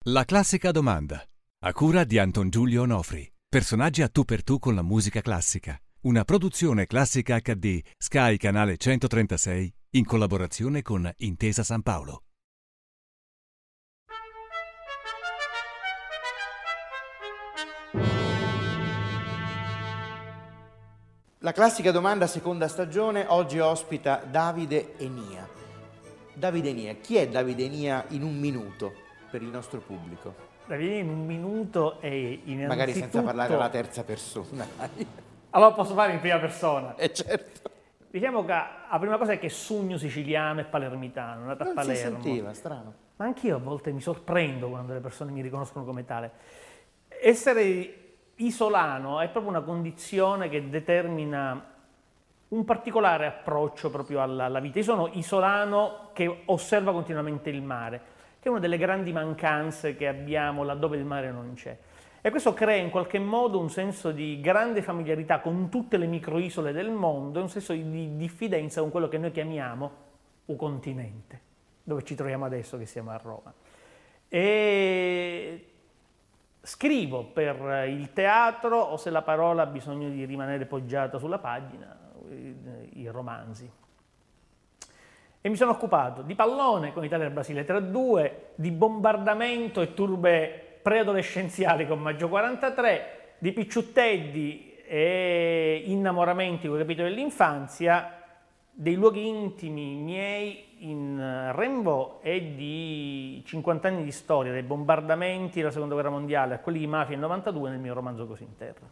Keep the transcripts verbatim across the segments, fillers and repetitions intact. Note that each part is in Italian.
La classica domanda, a cura di Anton Giulio Onofri. Personaggi a tu per tu con la musica classica. Una produzione Classica acca di, Sky Canale centotrentasei, in collaborazione con Intesa San Paolo. La classica domanda, seconda stagione, oggi ospita Davide Enia. Davide Enia, chi è Davide Enia in un minuto per il nostro pubblico? Davide in un minuto è innanzitutto... Magari senza parlare alla terza persona. Allora posso fare in prima persona? Eh certo. Diciamo che la prima cosa è che sogno siciliano e palermitano, nato a Non Palermo. si sentiva, strano. Ma anch'io a volte mi sorprendo quando le persone mi riconoscono come tale. Essere isolano è proprio una condizione che determina un particolare approccio proprio alla, alla vita. Io sono isolano che osserva continuamente il mare, che è una delle grandi mancanze che abbiamo laddove il mare non c'è. E questo crea in qualche modo un senso di grande familiarità con tutte le microisole del mondo e un senso di diffidenza con quello che noi chiamiamo un continente, dove ci troviamo adesso che siamo a Roma. E scrivo per il teatro o, se la parola ha bisogno di rimanere poggiata sulla pagina, i romanzi. E mi sono occupato di pallone con Italia e Brasile tre a due, di bombardamento e turbe preadolescenziali con Maggio quarantatré, di picciutteddi e innamoramenti con i capitoli dell'infanzia, dei luoghi intimi miei in Rimbaud e di cinquanta anni di storia, dai bombardamenti della Seconda Guerra Mondiale a quelli di mafia nel novantadue nel mio romanzo Così in terra.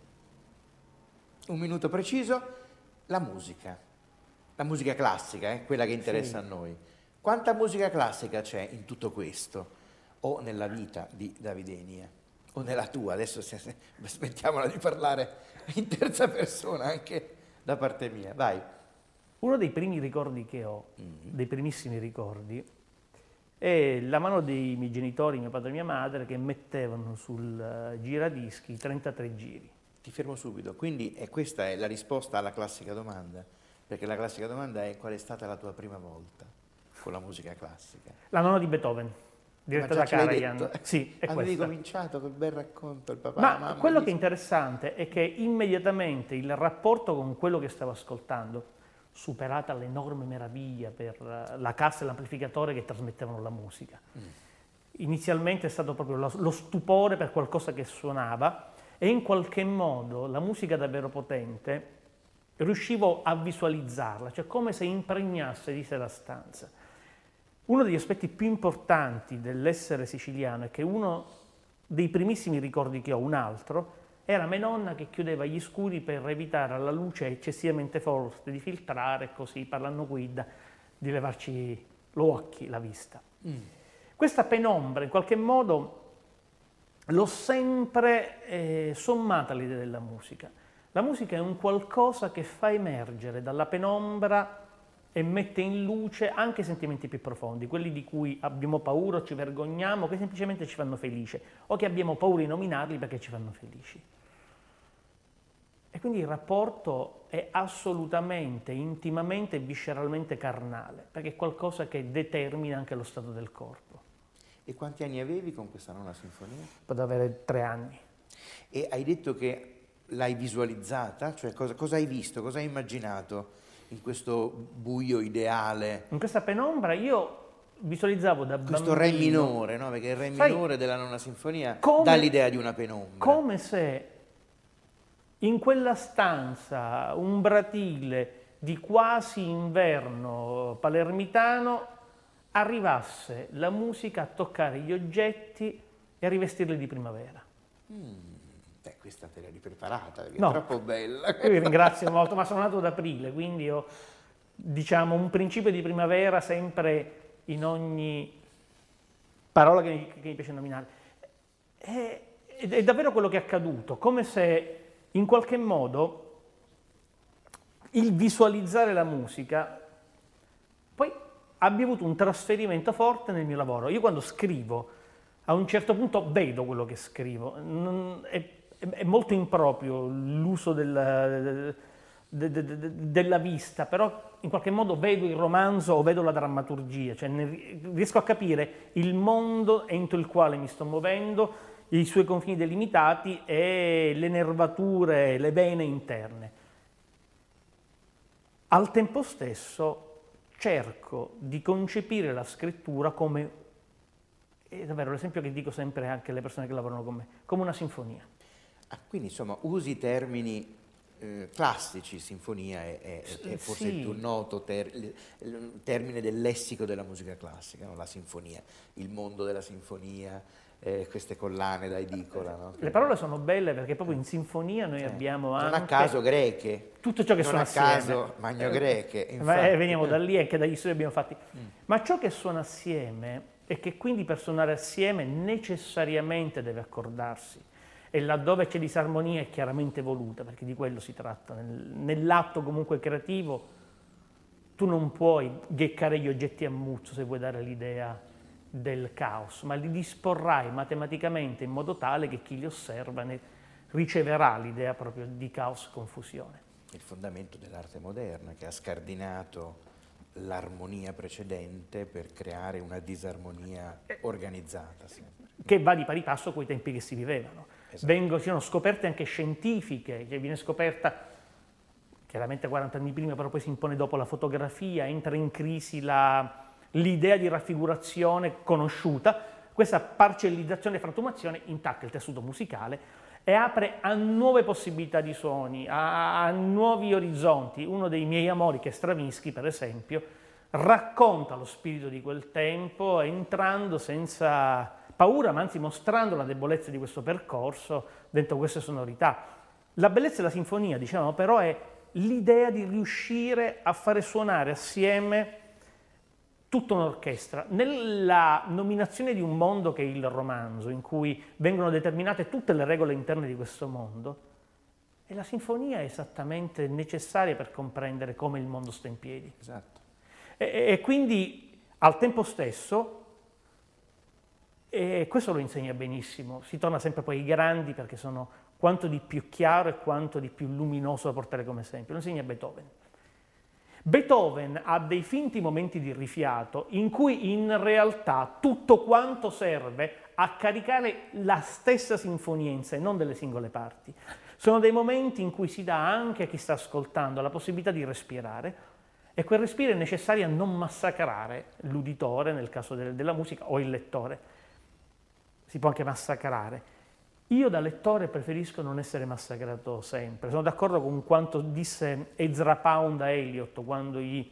Un minuto preciso, la musica, la musica classica, eh, quella che interessa sì. a noi. Quanta musica classica c'è in tutto questo? O nella vita di Davide Enia? O nella tua? Adesso smettiamola di parlare in terza persona anche da parte mia. Vai. Uno dei primi ricordi che ho, mm-hmm. dei primissimi ricordi, è la mano dei miei genitori, mio padre e mia madre, che mettevano sul giradischi trentatré giri. Ti fermo subito. Quindi è questa è la risposta alla classica domanda, perché la classica domanda è: qual è stata la tua prima volta con la musica classica? La nona di Beethoven, diretta da Karajan. Sì, è Avevi questa. cominciato col bel racconto, il papà, Ma la mamma. quello che è interessante è che immediatamente il rapporto con quello che stavo ascoltando, superata l'enorme meraviglia per la cassa e l'amplificatore che trasmettevano la musica. Mm. Inizialmente è stato proprio lo, lo stupore per qualcosa che suonava e in qualche modo la musica davvero potente riuscivo a visualizzarla, cioè come se impregnasse di sé la stanza. Uno degli aspetti più importanti dell'essere siciliano è che uno dei primissimi ricordi che ho, un altro, era mia nonna che chiudeva gli scuri per evitare alla luce eccessivamente forte di filtrare e così, parlando guida, di levarci gli occhi, la vista. Mm. Questa penombra in qualche modo l'ho sempre eh, sommata all'idea della musica. La musica è un qualcosa che fa emergere dalla penombra e mette in luce anche i sentimenti più profondi, quelli di cui abbiamo paura o ci vergogniamo, che semplicemente ci fanno felice, o che abbiamo paura di nominarli perché ci fanno felici. E quindi il rapporto è assolutamente, intimamente e visceralmente carnale, perché è qualcosa che determina anche lo stato del corpo. E quanti anni avevi con questa nona sinfonia? Potevo avere tre anni. E hai detto che l'hai visualizzata? Cioè cosa, cosa hai visto, cosa hai immaginato in questo buio ideale? In questa penombra io visualizzavo da questo bambino... re minore, no? Perché il re Sai, minore della nona sinfonia come, dà l'idea di una penombra. Come se in quella stanza umbratile di quasi inverno palermitano arrivasse la musica a toccare gli oggetti e a rivestirli di primavera. Mm, beh, questa te l'hai preparata, perché no, è troppo bella. Io vi ringrazio molto, ma sono nato ad aprile, quindi ho, diciamo, un principio di primavera sempre in ogni parola che mi, che mi piace nominare. È, è davvero quello che è accaduto, come se in qualche modo il visualizzare la musica poi abbia avuto un trasferimento forte nel mio lavoro. Io quando scrivo, a un certo punto vedo quello che scrivo. Non, è, è molto improprio l'uso del, de, de, de, della vista, però in qualche modo vedo il romanzo o vedo la drammaturgia, cioè ne, riesco a capire il mondo entro il quale mi sto muovendo, i suoi confini delimitati e le nervature, le vene interne. Al tempo stesso cerco di concepire la scrittura come, è davvero l'esempio che dico sempre anche alle persone che lavorano con me, come una sinfonia. Ah, quindi insomma usi termini eh, classici, sinfonia è, è, è forse sì. il più noto ter, il termine del lessico della musica classica, no? La sinfonia, il mondo della sinfonia, eh, queste collane da edicola. No? Le parole sono belle perché proprio in sinfonia noi eh. abbiamo anche... Non a caso greche. Tutto ciò che non suona assieme. Non a caso magnogreche. Eh, ma veniamo da lì e che dagli studi abbiamo fatti. Mm. Ma ciò che suona assieme e che quindi per suonare assieme necessariamente deve accordarsi. E laddove c'è disarmonia è chiaramente voluta, perché di quello si tratta. Nell'atto comunque creativo tu non puoi gheccare gli oggetti a muzzo se vuoi dare l'idea del caos, ma li disporrai matematicamente in modo tale che chi li osserva ne riceverà l'idea proprio di caos e confusione. Il fondamento dell'arte moderna che ha scardinato l'armonia precedente per creare una disarmonia organizzata. Sempre. Che va di pari passo con i tempi che si vivevano. Esatto. Vengono, ci sono scoperte anche scientifiche, cioè viene scoperta chiaramente quaranta anni prima, però poi si impone dopo la fotografia, entra in crisi la, l'idea di raffigurazione conosciuta, questa parcellizzazione e frantumazione intacca il tessuto musicale e apre a nuove possibilità di suoni, a, a nuovi orizzonti. Uno dei miei amori, che è Stravinsky, per esempio, racconta lo spirito di quel tempo entrando senza paura, ma anzi mostrando la debolezza di questo percorso dentro queste sonorità. La bellezza della sinfonia, diciamo, però è l'idea di riuscire a fare suonare assieme tutta un'orchestra. Nella nominazione di un mondo che è il romanzo, in cui vengono determinate tutte le regole interne di questo mondo, e la sinfonia è esattamente necessaria per comprendere come il mondo sta in piedi. Esatto. E, e quindi al tempo stesso, e questo lo insegna benissimo, si torna sempre poi ai grandi perché sono quanto di più chiaro e quanto di più luminoso da portare come esempio, lo insegna Beethoven. Beethoven ha dei finti momenti di rifiato in cui in realtà tutto quanto serve a caricare la stessa sinfonia in sé, non delle singole parti. Sono dei momenti in cui si dà anche a chi sta ascoltando la possibilità di respirare e quel respiro è necessario a non massacrare l'uditore, nel caso de- della musica, o il lettore. Si può anche massacrare. Io da lettore preferisco non essere massacrato sempre. Sono d'accordo con quanto disse Ezra Pound a Eliot quando gli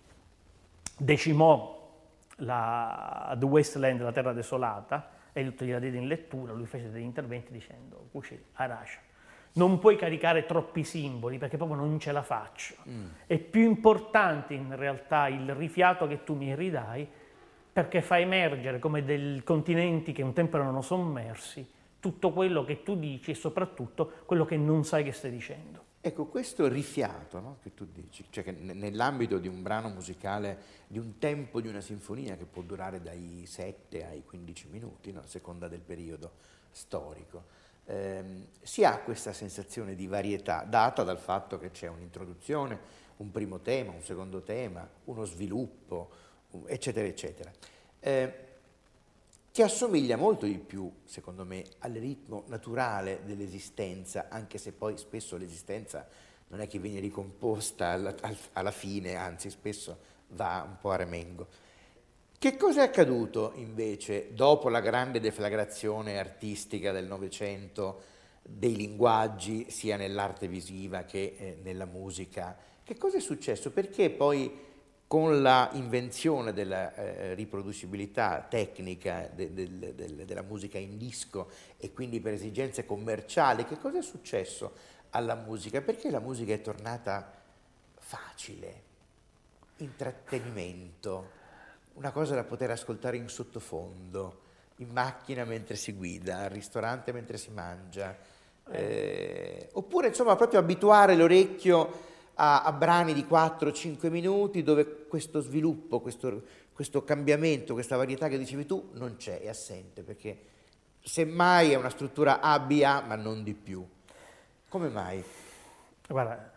decimò la The Wasteland, la terra desolata. Eliot gliela diede in lettura, lui fece degli interventi dicendo Cucci, Arasha, non puoi caricare troppi simboli perché proprio non ce la faccio. Mm. È più importante in realtà il rifiato che tu mi ridai perché fa emergere come dei continenti che un tempo erano sommersi tutto quello che tu dici e soprattutto quello che non sai che stai dicendo. Ecco, questo rifiato, no, che tu dici, cioè che nell'ambito di un brano musicale, di un tempo di una sinfonia che può durare dai sette ai quindici minuti, no, a seconda del periodo storico, ehm, si ha questa sensazione di varietà data dal fatto che c'è un'introduzione, un primo tema, un secondo tema, uno sviluppo, eccetera, eccetera. Eh, che assomiglia molto di più, secondo me, al ritmo naturale dell'esistenza, anche se poi spesso l'esistenza non è che viene ricomposta alla, alla fine, anzi spesso va un po' a remengo. Che cosa è accaduto invece dopo la grande deflagrazione artistica del Novecento, dei linguaggi, sia nell'arte visiva che eh, nella musica? Che cosa è successo? Perché poi con la invenzione della eh, riproducibilità tecnica de, de, de, della musica in disco e quindi per esigenze commerciali, che cosa è successo alla musica? Perché la musica è tornata facile, intrattenimento, una cosa da poter ascoltare in sottofondo, in macchina mentre si guida, al ristorante mentre si mangia, eh, oppure insomma proprio abituare l'orecchio A, a brani di quattro cinque minuti dove questo sviluppo, questo, questo cambiamento, questa varietà che dicevi tu non c'è, è assente, perché semmai è una struttura A B A ma non di più. Come mai? Guarda,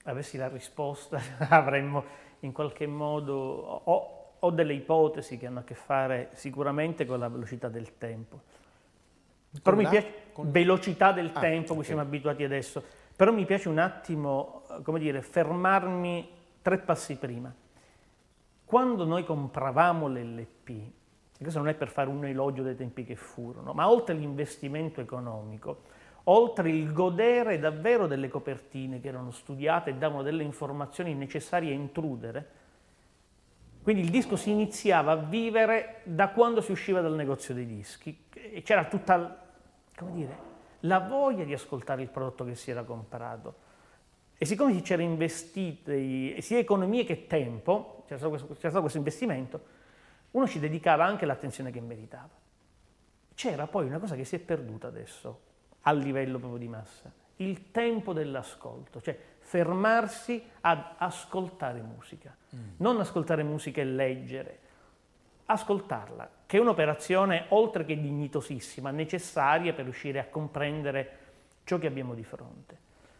avessi la risposta avremmo in qualche modo, ho, ho delle ipotesi che hanno a che fare sicuramente con la velocità del tempo. Però Con mi la- piace con- velocità del Ah, tempo, ok. cui siamo abituati adesso, però mi piace un attimo, come dire, fermarmi tre passi prima. Quando noi compravamo l'L P, e questo non è per fare un elogio dei tempi che furono, ma oltre l'investimento economico, oltre il godere davvero delle copertine che erano studiate e davano delle informazioni necessarie a intrudere, quindi il disco si iniziava a vivere da quando si usciva dal negozio dei dischi e c'era tutta, come dire, la voglia di ascoltare il prodotto che si era comprato. E siccome si c'era investito sia economie che tempo, c'era stato, questo, c'era stato questo investimento, uno ci dedicava anche l'attenzione che meritava. C'era poi una cosa che si è perduta adesso, a livello proprio di massa, il tempo dell'ascolto, cioè fermarsi ad ascoltare musica, mm. non ascoltare musica e leggere, ascoltarla, che è un'operazione oltre che dignitosissima, necessaria per riuscire a comprendere ciò che abbiamo di fronte.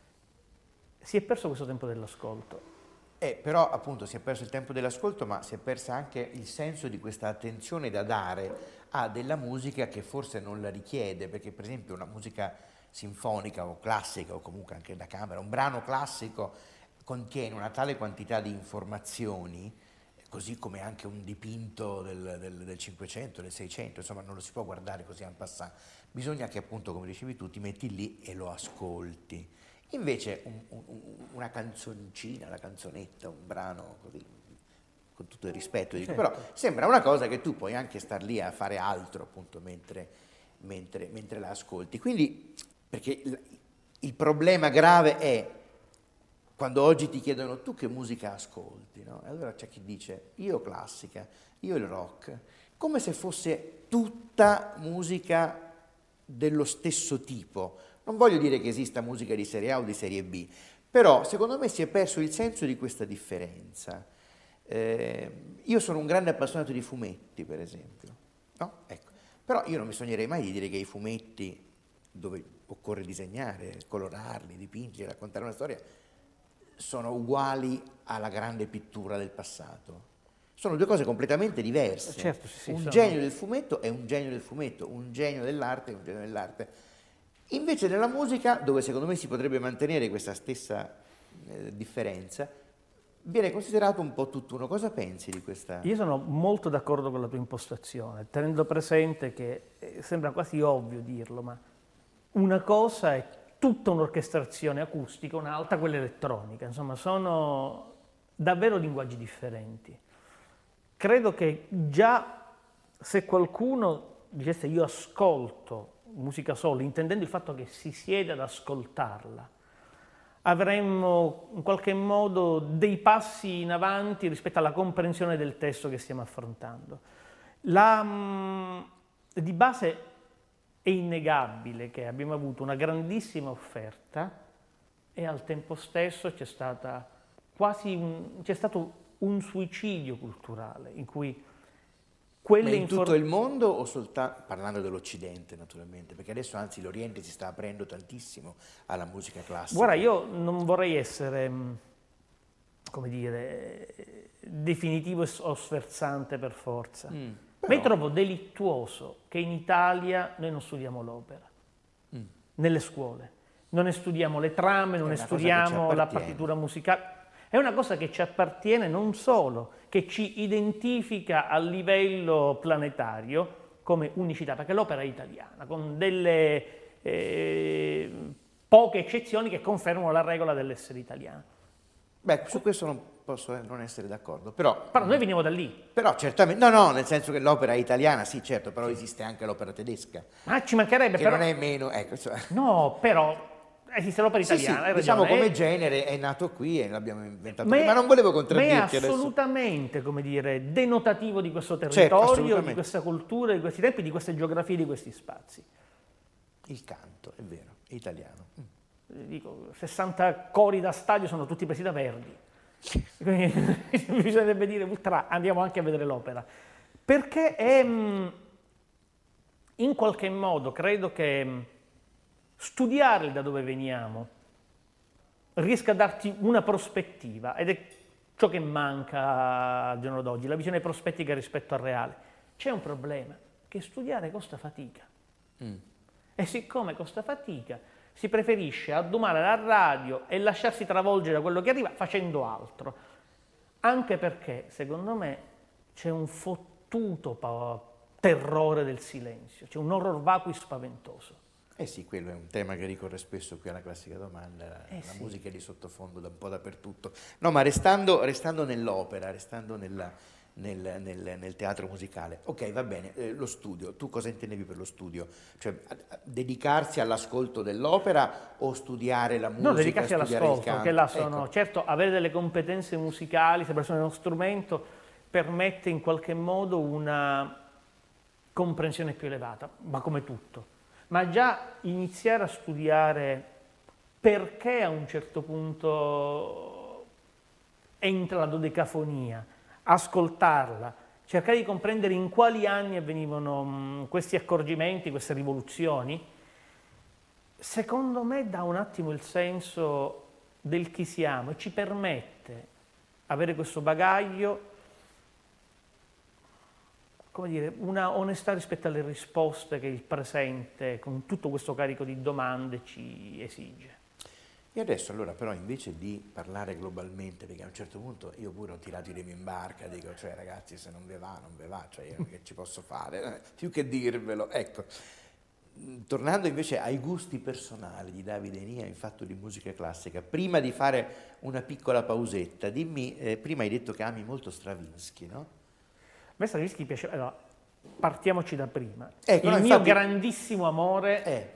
Si è perso questo tempo dell'ascolto. Eh, però appunto si è perso il tempo dell'ascolto, ma si è persa anche il senso di questa attenzione da dare a della musica che forse non la richiede, perché per esempio una musica sinfonica o classica o comunque anche da camera, un brano classico contiene una tale quantità di informazioni, così come anche un dipinto del, del, del Cinquecento, del Seicento, insomma non lo si può guardare così en passant, bisogna che appunto, come dicevi tu, ti metti lì e lo ascolti. Invece un, un, una canzoncina, una canzonetta, un brano così, con tutto il rispetto, dico, però sembra una cosa che tu puoi anche star lì a fare altro appunto mentre, mentre, mentre la ascolti. Quindi, perché il, il problema grave è quando oggi ti chiedono tu che musica ascolti, no? E allora c'è chi dice io classica, io il rock, come se fosse tutta musica dello stesso tipo. Non voglio dire che esista musica di serie A o di serie B, però secondo me si è perso il senso di questa differenza. Eh, io sono un grande appassionato di fumetti, per esempio, no? Ecco. Però io non mi sognerei mai di dire che i fumetti, dove occorre disegnare, colorarli, dipingerli, raccontare una storia, sono uguali alla grande pittura del passato. Sono due cose completamente diverse. Certo, sì, sì, un sono... genio del fumetto è un genio del fumetto, un genio dell'arte è un genio dell'arte. Invece nella musica, dove secondo me si potrebbe mantenere questa stessa eh, differenza, viene considerato un po' tutt'uno. Cosa pensi di questa? Io sono molto d'accordo con la tua impostazione, tenendo presente che eh, sembra quasi ovvio dirlo, ma una cosa è tutta un'orchestrazione acustica, un'altra quella elettronica, insomma sono davvero linguaggi differenti. Credo che già se qualcuno dicesse io ascolto musica solo, intendendo il fatto che si siede ad ascoltarla, avremmo in qualche modo dei passi in avanti rispetto alla comprensione del testo che stiamo affrontando. La, mh, di base è innegabile che abbiamo avuto una grandissima offerta e al tempo stesso c'è stata quasi un, c'è stato un suicidio culturale in cui quelle Ma in infor- tutto il mondo o soltanto, parlando dell'Occidente naturalmente, perché adesso anzi l'Oriente si sta aprendo tantissimo alla musica classica. Guarda, io non vorrei essere, come dire, definitivo o sferzante per forza, Mm, ma io trovo delittuoso che in Italia noi non studiamo l'opera, mm. nelle scuole, non ne studiamo le trame, non È ne una cosa che ci studiamo la appartiene. partitura musicale. È una cosa che ci appartiene non solo, che ci identifica a livello planetario come unicità, perché l'opera è italiana, con delle eh, poche eccezioni che confermano la regola dell'essere italiano. Beh, su questo non posso non essere d'accordo, però... Però noi veniamo da lì. Però certamente, no, no, nel senso che l'opera è italiana, sì, certo, però esiste anche l'opera tedesca, Ma ci mancherebbe, che però... non è meno, ecco, cioè... No, però esiste l'opera Sì, italiana, sì, hai diciamo ragione. come È- genere è nato qui e l'abbiamo inventato Ma qui, è- ma non volevo ma è contraddirti adesso. assolutamente, come dire, denotativo di questo Certo, territorio, assolutamente. di questa cultura, di questi tempi, di queste geografie, di questi spazi. Il canto, è vero, è italiano. Mm. Eh, Dico, sessanta cori da stadio sono tutti presi da Verdi. Quindi bisognerebbe dire, ultra, andiamo anche a vedere l'opera. Perché è, mh, in qualche modo, credo che mh, studiare da dove veniamo riesca a darti una prospettiva, ed è ciò che manca al giorno d'oggi, la visione prospettica rispetto al reale. C'è un problema, che studiare costa fatica. Mm. E siccome costa fatica, si preferisce addumare la radio e lasciarsi travolgere da quello che arriva facendo altro. Anche perché, secondo me, c'è un fottuto pa- terrore del silenzio, c'è un horror vacui spaventoso. Eh sì, quello è un tema che ricorre spesso qui alla classica domanda, la, eh la sì. musica è di sottofondo da un po' dappertutto. No, ma restando, restando nell'opera, restando nella, nel, nel, nel teatro musicale, ok, va bene, eh, lo studio, tu cosa intendevi per lo studio? Cioè, a, a, dedicarsi all'ascolto dell'opera o studiare la musica? No, dedicarsi all'ascolto, che là sono, ecco. Certo, avere delle competenze musicali, saper suonare uno strumento, permette in qualche modo una comprensione più elevata, ma come tutto. Ma già iniziare a studiare perché a un certo punto entra la dodecafonia, ascoltarla, cercare di comprendere in quali anni avvenivano mh, questi accorgimenti, queste rivoluzioni, secondo me dà un attimo il senso del chi siamo e ci permette avere questo bagaglio, come dire, una onestà rispetto alle risposte che il presente, con tutto questo carico di domande, ci esige. E adesso allora però invece di parlare globalmente, perché a un certo punto io pure ho tirato i remi in barca, dico, cioè ragazzi se non ve va, non ve va, cioè io che ci posso fare, più che dirvelo, ecco. Tornando invece ai gusti personali di Davide Enia in fatto di musica classica, prima di fare una piccola pausetta, dimmi, eh, prima hai detto che ami molto Stravinsky, no? A me Stravinsky piace, allora, partiamoci da prima. Ecco, il no, mio infatti, grandissimo amore eh.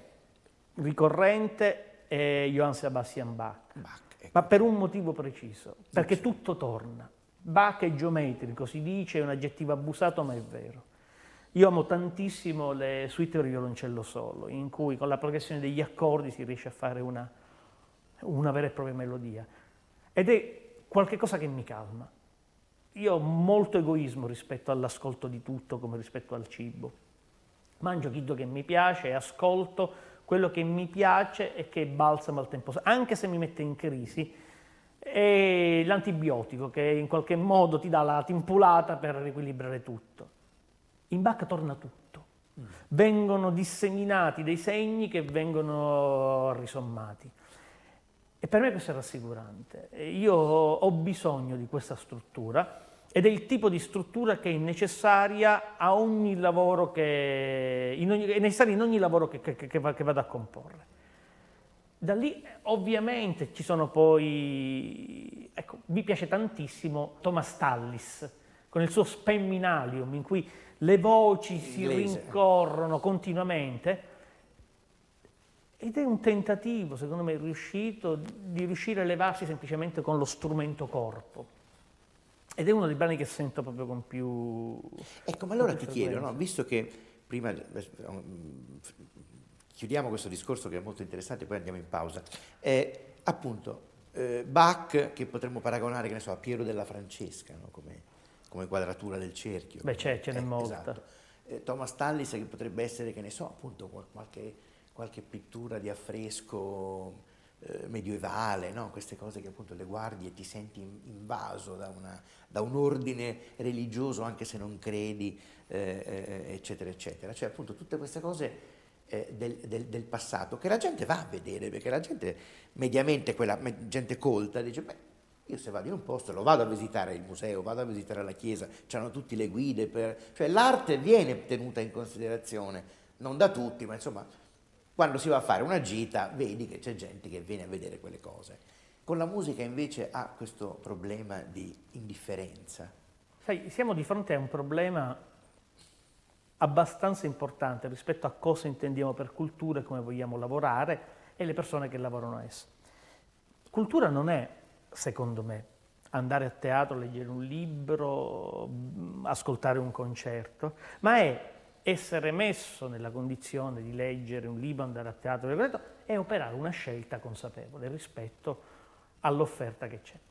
ricorrente è Johann Sebastian Bach, Bach ecco. Ma per un motivo preciso, perché sì. Tutto torna. Bach è geometrico, si dice, è un aggettivo abusato, ma è vero. Io amo tantissimo le suite per violoncello solo, in cui con la progressione degli accordi si riesce a fare una, una vera e propria melodia. Ed è qualcosa che mi calma. Io ho molto egoismo rispetto all'ascolto di tutto, come rispetto al cibo. Mangio chilo che mi piace e ascolto quello che mi piace e che balsamo al tempo, anche se mi mette in crisi, è l'antibiotico che in qualche modo ti dà la timpulata per riequilibrare tutto. In Bach torna tutto. Mm. Vengono disseminati dei segni che vengono risommati. E per me questo è rassicurante. Io ho bisogno di questa struttura ed è il tipo di struttura che è necessaria a ogni lavoro che, in ogni, è necessaria in ogni lavoro che, che, che, va, che vado a comporre. Da lì ovviamente ci sono poi, ecco, mi piace tantissimo Thomas Tallis con il suo Spemminalium in cui le voci si Inglese. rincorrono continuamente. Ed è un tentativo, secondo me, riuscito di riuscire a levarsi semplicemente con lo strumento corpo. Ed è uno dei brani che sento proprio con più... Ecco, ma allora ti chiedo, no? Visto che prima chiudiamo questo discorso che è molto interessante, poi andiamo in pausa. Eh, appunto, eh, Bach, che potremmo paragonare, che ne so, a Piero della Francesca, no? come, come quadratura del cerchio. Beh, c'è, ce n'è eh, molta. Esatto. Eh, Thomas Tallis, che potrebbe essere, che ne so, appunto, qualche... qualche pittura di affresco eh, medievale, no? Queste cose che appunto le guardi e ti senti invaso da, una, da un ordine religioso anche se non credi, eh, eh, eccetera, eccetera. Cioè appunto tutte queste cose eh, del, del, del passato che la gente va a vedere, perché la gente mediamente, quella gente colta, dice, beh, io se vado in un posto lo vado a visitare il museo, vado a visitare la chiesa, c'hanno tutte le guide, per... cioè l'arte viene tenuta in considerazione, non da tutti, ma insomma... Quando si va a fare una gita vedi che c'è gente che viene a vedere quelle cose. Con la musica invece ha questo problema di indifferenza. Sai, siamo di fronte a un problema abbastanza importante rispetto a cosa intendiamo per cultura e come vogliamo lavorare e le persone che lavorano a essa. Cultura non è, secondo me, andare a teatro, leggere un libro, ascoltare un concerto, ma è essere messo nella condizione di leggere un libro, andare a teatro e operare una scelta consapevole rispetto all'offerta che c'è.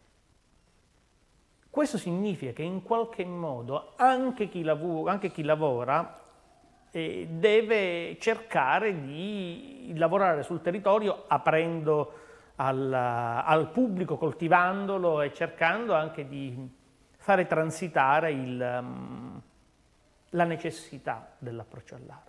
Questo significa che in qualche modo anche chi, lav- anche chi lavora eh, deve cercare di lavorare sul territorio aprendo al, al pubblico, coltivandolo e cercando anche di fare transitare il, um, la necessità dell'approccio all'arte.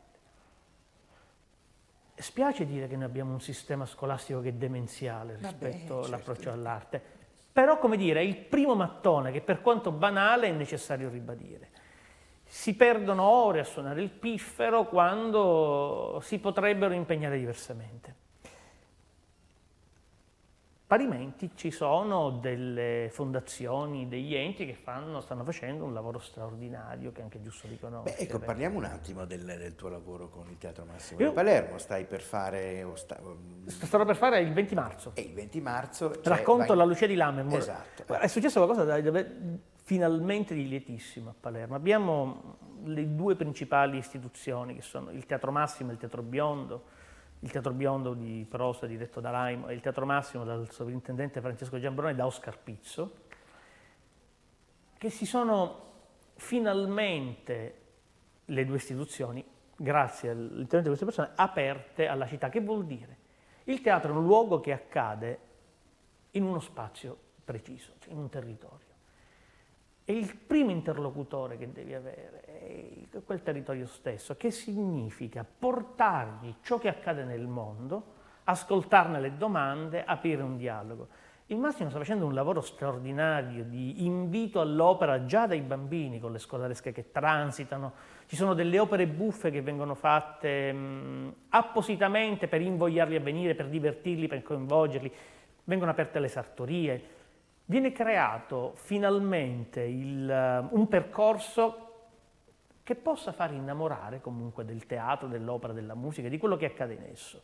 Spiace dire che noi abbiamo un sistema scolastico che è demenziale rispetto Vabbè, all'approccio certo. all'arte, però, come dire, è il primo mattone che, per quanto banale, è necessario ribadire. Si perdono ore a suonare il piffero quando si potrebbero impegnare diversamente. Parimenti ci sono delle fondazioni, degli enti che fanno, stanno facendo un lavoro straordinario che è anche giusto riconoscere. Beh, ecco, parliamo un attimo del, del tuo lavoro con il Teatro Massimo Io- di Palermo. Stai per fare... O sta, Starò per fare il venti marzo. e il venti marzo... cioè, Racconto vai- La Lucia di Lammermoor. Esatto. Guarda, è successo qualcosa da, da- finalmente di lietissimo a Palermo. Abbiamo le due principali istituzioni, che sono il Teatro Massimo e il Teatro Biondo. Il Teatro Biondo di Prosa, diretto da Laimo, e il Teatro Massimo dal sovrintendente Francesco Giambrone e da Oscar Pizzo, che si sono finalmente, le due istituzioni, grazie all'intervento di queste persone, aperte alla città. Che vuol dire? Il teatro è un luogo che accade in uno spazio preciso, cioè in un territorio. E il primo interlocutore che devi avere è quel territorio stesso, che significa portargli ciò che accade nel mondo, ascoltarne le domande, aprire un dialogo. Il Massimo sta facendo un lavoro straordinario di invito all'opera già dai bambini, con le scolaresche che transitano. Ci sono delle opere buffe che vengono fatte mh, appositamente per invogliarli a venire, per divertirli, per coinvolgerli. Vengono aperte le sartorie. Viene creato finalmente il, un percorso che possa far innamorare comunque del teatro, dell'opera, della musica, di quello che accade in esso.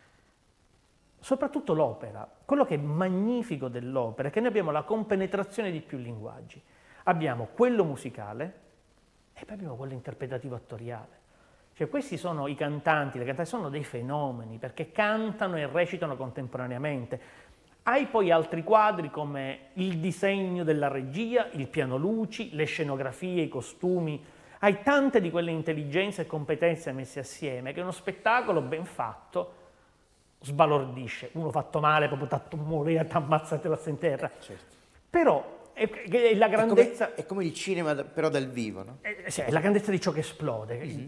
Soprattutto l'opera. Quello che è magnifico dell'opera è che noi abbiamo la compenetrazione di più linguaggi. Abbiamo quello musicale e poi abbiamo quello interpretativo attoriale. Cioè questi sono i cantanti, le cantanti sono dei fenomeni perché cantano e recitano contemporaneamente. Hai poi altri quadri come il disegno della regia, il piano luci, le scenografie, i costumi. Hai tante di quelle intelligenze e competenze messe assieme che uno spettacolo ben fatto sbalordisce. Uno fatto male, proprio tanto morire, t'ammazzatelo a terra. Eh, certo. Però è, è la È grandezza... come, è come il cinema, da- però dal vivo, no? È, sì, è la grandezza di ciò che esplode. Mm-hmm.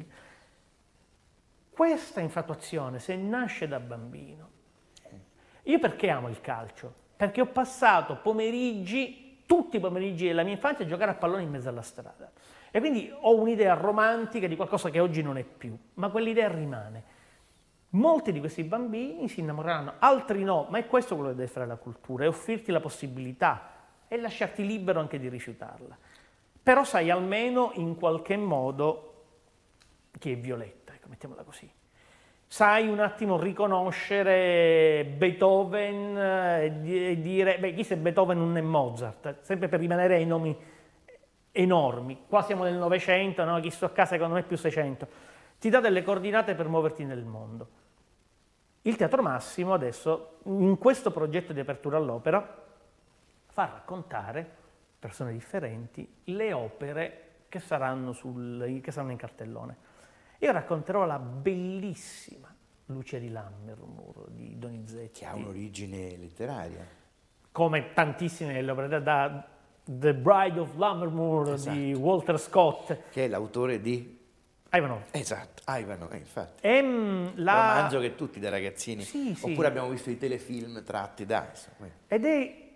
Questa infatuazione, se nasce da bambino... Io perché amo il calcio? Perché ho passato pomeriggi, tutti i pomeriggi della mia infanzia, a giocare a pallone in mezzo alla strada. E quindi ho un'idea romantica di qualcosa che oggi non è più, ma quell'idea rimane. Molti di questi bambini si innamoreranno, altri no, ma è questo quello che deve fare la cultura, è offrirti la possibilità e lasciarti libero anche di rifiutarla. Però sai almeno in qualche modo chi è Violetta, ecco, mettiamola così. Sai un attimo riconoscere Beethoven e dire, beh, chi se Beethoven non è Mozart, sempre per rimanere ai nomi enormi. Qua siamo nel Novecento, no? Chi sto a casa secondo me è più seicento. Ti dà delle coordinate per muoverti nel mondo. Il Teatro Massimo adesso, in questo progetto di apertura all'opera, fa raccontare persone differenti le opere che saranno, sul, che saranno in cartellone. Io racconterò la bellissima Lucia di Lammermoor di Donizetti. Che ha un'origine letteraria. Come tantissime delle opere, da The Bride of Lammermoor, esatto, di Walter Scott. Che è l'autore di... Ivanhoe. Esatto, Ivanhoe, infatti. E, um, la... romanzo che tutti da ragazzini, sì, sì. Oppure abbiamo visto i telefilm tratti da... Insomma. Ed è,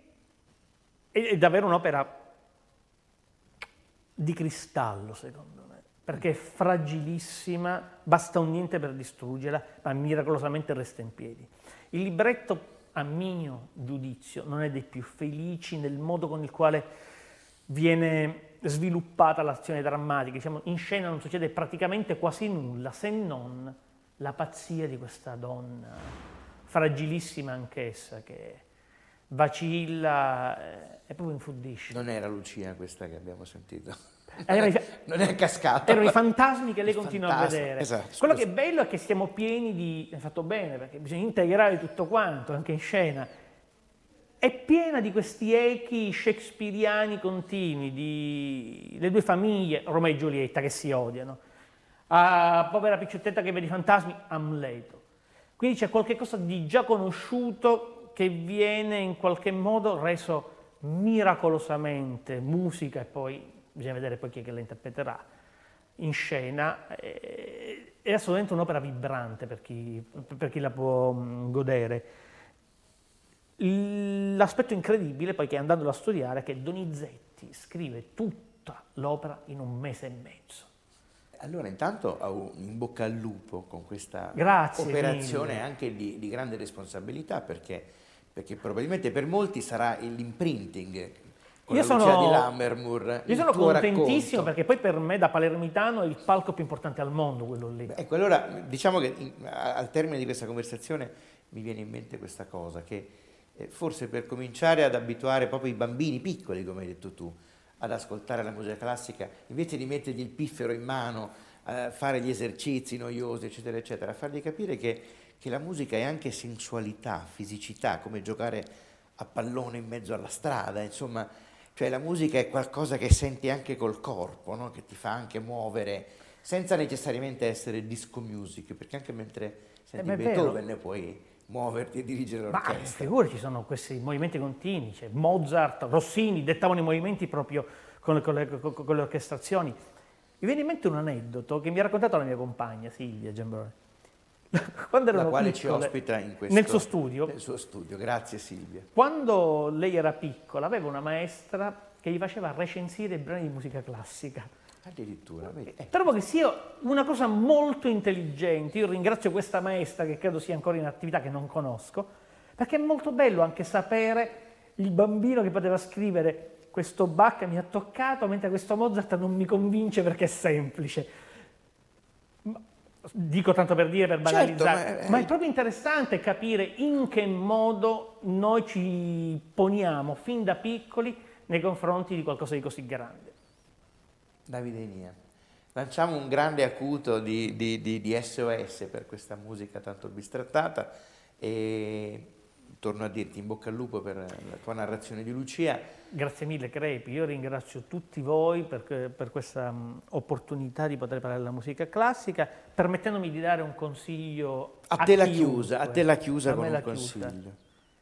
è davvero un'opera di cristallo, secondo me, perché è fragilissima, basta un niente per distruggerla, ma miracolosamente resta in piedi. Il libretto, a mio giudizio, non è dei più felici nel modo con il quale viene sviluppata l'azione drammatica. Diciamo, in scena non succede praticamente quasi nulla, se non la pazzia di questa donna, fragilissima anch'essa, che vacilla e proprio infudisce. Non era Lucia questa che abbiamo sentito. Erano i, non è cascata. Erano i fantasmi che lei I continua fantasmi, a vedere. esatto, Quello scusa. che è bello è che stiamo pieni di... È fatto bene, perché bisogna integrare tutto quanto, anche in scena. È piena di questi echi shakespeariani continui, di le due famiglie, Romeo e Giulietta, che si odiano. A povera picciottetta che vede i fantasmi, Amleto. Quindi c'è qualcosa di già conosciuto che viene in qualche modo reso miracolosamente musica, e poi bisogna vedere poi chi è che la interpreterà in scena. È assolutamente un'opera vibrante per chi, per chi la può godere. L'aspetto incredibile poi, che andandolo a studiare, è che Donizetti scrive tutta l'opera in un mese e mezzo. Allora intanto in bocca al lupo con questa Grazie operazione mille. anche di, di grande responsabilità, perché, perché probabilmente per molti sarà l'imprinting con io la Lucia sono, di Lammermoor. Io sono contentissimo, perché poi per me da palermitano è il palco più importante al mondo, quello lì. Ecco, allora diciamo che in, al termine di questa conversazione mi viene in mente questa cosa, che eh, forse per cominciare ad abituare proprio i bambini piccoli, come hai detto tu, ad ascoltare la musica classica, invece di mettergli il piffero in mano, a fare gli esercizi noiosi, eccetera, eccetera, fargli capire che, che la musica è anche sensualità, fisicità, come giocare a pallone in mezzo alla strada, insomma, cioè la musica è qualcosa che senti anche col corpo, no? Che ti fa anche muovere, senza necessariamente essere disco music, perché anche mentre senti eh, Beethoven ne puoi muoverti e dirigere l'orchestra. Ma figure, ci sono questi movimenti continui, cioè Mozart, Rossini dettavano i movimenti proprio con le, con, le, con le orchestrazioni. Mi viene in mente un aneddoto che mi ha raccontato la mia compagna Silvia Gembrone. Quando la quale piccole, ci ospita in questo, nel suo studio. Nel suo studio, grazie Silvia. Quando lei era piccola aveva una maestra che gli faceva recensire i brani di musica classica. Addirittura, vedi. Eh. Trovo che sia una cosa molto intelligente. Io ringrazio questa maestra, che credo sia ancora in attività, che non conosco, perché è molto bello anche sapere il bambino che poteva scrivere: questo Bach mi ha toccato, mentre questo Mozart non mi convince perché è semplice. Dico tanto per dire, per banalizzare, certo, ma, è... ma è proprio interessante capire in che modo noi ci poniamo fin da piccoli nei confronti di qualcosa di così grande. Davide Nia, lanciamo un grande acuto di, di, di, di S O S per questa musica tanto bistrattata e torno a dirti in bocca al lupo per la tua narrazione di Lucia. Grazie mille Crepi, io ringrazio tutti voi per, per questa um, opportunità di poter parlare della musica classica, permettendomi di dare un consiglio a, a te la chiunque. chiusa, a te la chiusa a con un la consiglio. Chiusa.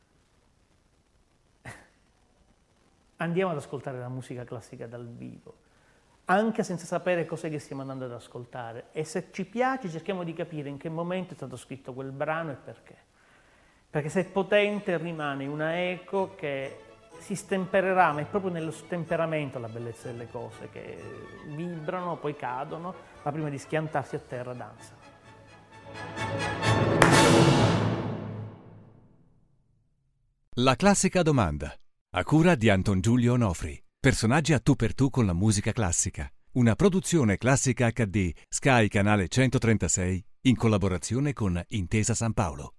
Andiamo ad ascoltare la musica classica dal vivo, anche senza sapere cos'è che stiamo andando ad ascoltare, e se ci piace cerchiamo di capire in che momento è stato scritto quel brano e perché. Perché se è potente rimane una eco che si stempererà, ma è proprio nello stemperamento la bellezza delle cose, che vibrano, poi cadono, ma prima di schiantarsi a terra danza. La classica domanda, a cura di Anton Giulio Onofri. Personaggi a tu per tu con la musica classica. Una produzione Classica acca di Sky Canale centotrentasei in collaborazione con Intesa San Paolo.